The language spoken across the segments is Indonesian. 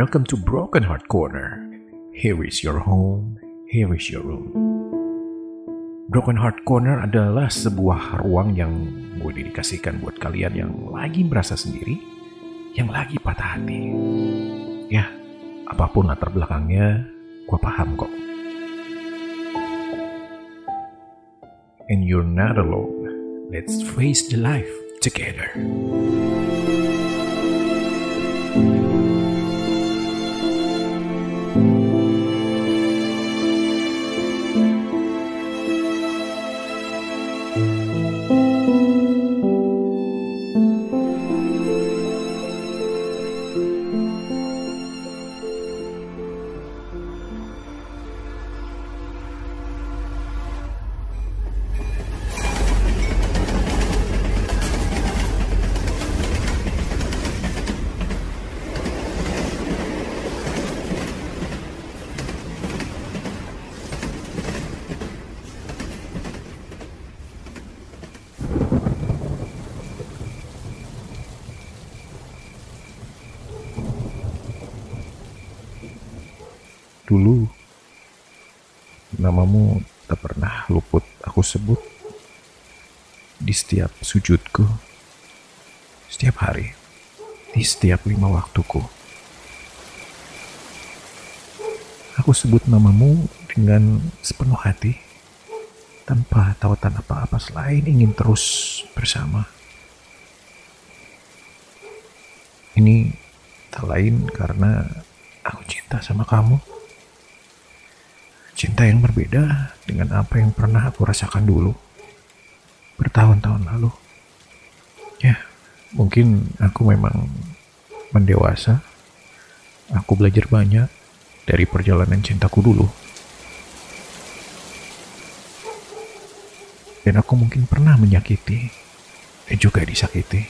Welcome to Broken Heart Corner. Here is your home, here is your room. Broken Heart Corner adalah sebuah ruang yang gue dedikasikan buat kalian yang lagi merasa sendiri, yang lagi patah hati. Ya, apapun latar belakangnya, gue paham kok. And you're not alone. Let's face the life together. Dulu, namamu tak pernah luput aku sebut di setiap sujudku, setiap hari, di setiap 5 waktuku. Aku sebut namamu dengan sepenuh hati, tanpa tautan apa-apa selain ingin terus bersama. Ini tak lain karena aku cinta sama kamu. Cinta yang berbeda dengan apa yang pernah aku rasakan dulu, bertahun-tahun lalu. Ya, mungkin aku memang mendewasa. Aku belajar banyak dari perjalanan cintaku dulu. Dan aku mungkin pernah menyakiti dan juga disakiti.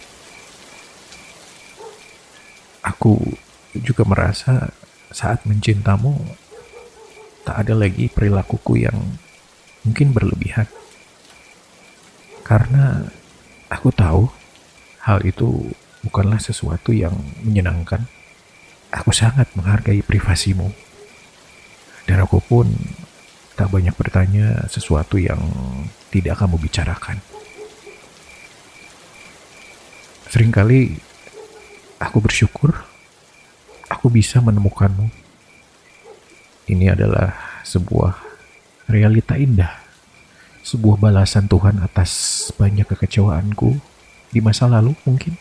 Aku juga merasa saat mencintamu, tak ada lagi perilakuku yang mungkin berlebihan. Karena aku tahu hal itu bukanlah sesuatu yang menyenangkan. Aku sangat menghargai privasimu. Dan aku pun tak banyak bertanya sesuatu yang tidak kamu bicarakan. Seringkali aku bersyukur aku bisa menemukanmu. Ini adalah sebuah realita indah, sebuah balasan Tuhan atas banyak kekecewaanku di masa lalu mungkin.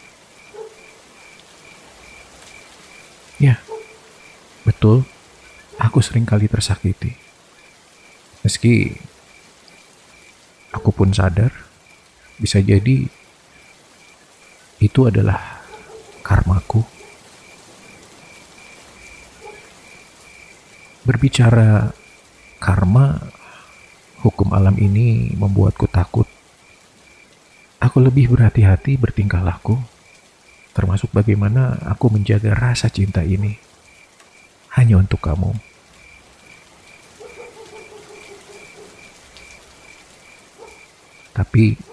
Ya, betul, aku seringkali tersakiti. Meski aku pun sadar, bisa jadi itu adalah karmaku. Berbicara karma, hukum alam ini membuatku takut. Aku lebih berhati-hati bertingkah laku, termasuk bagaimana aku menjaga rasa cinta ini hanya untuk kamu. Tapi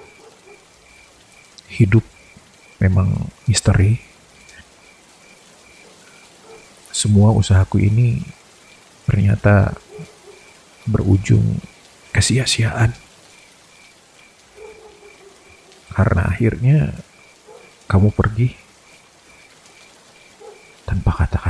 hidup memang misteri. Semua usahaku ini ternyata berujung kesia-siaan. Karena akhirnya kamu pergi tanpa kata-kata.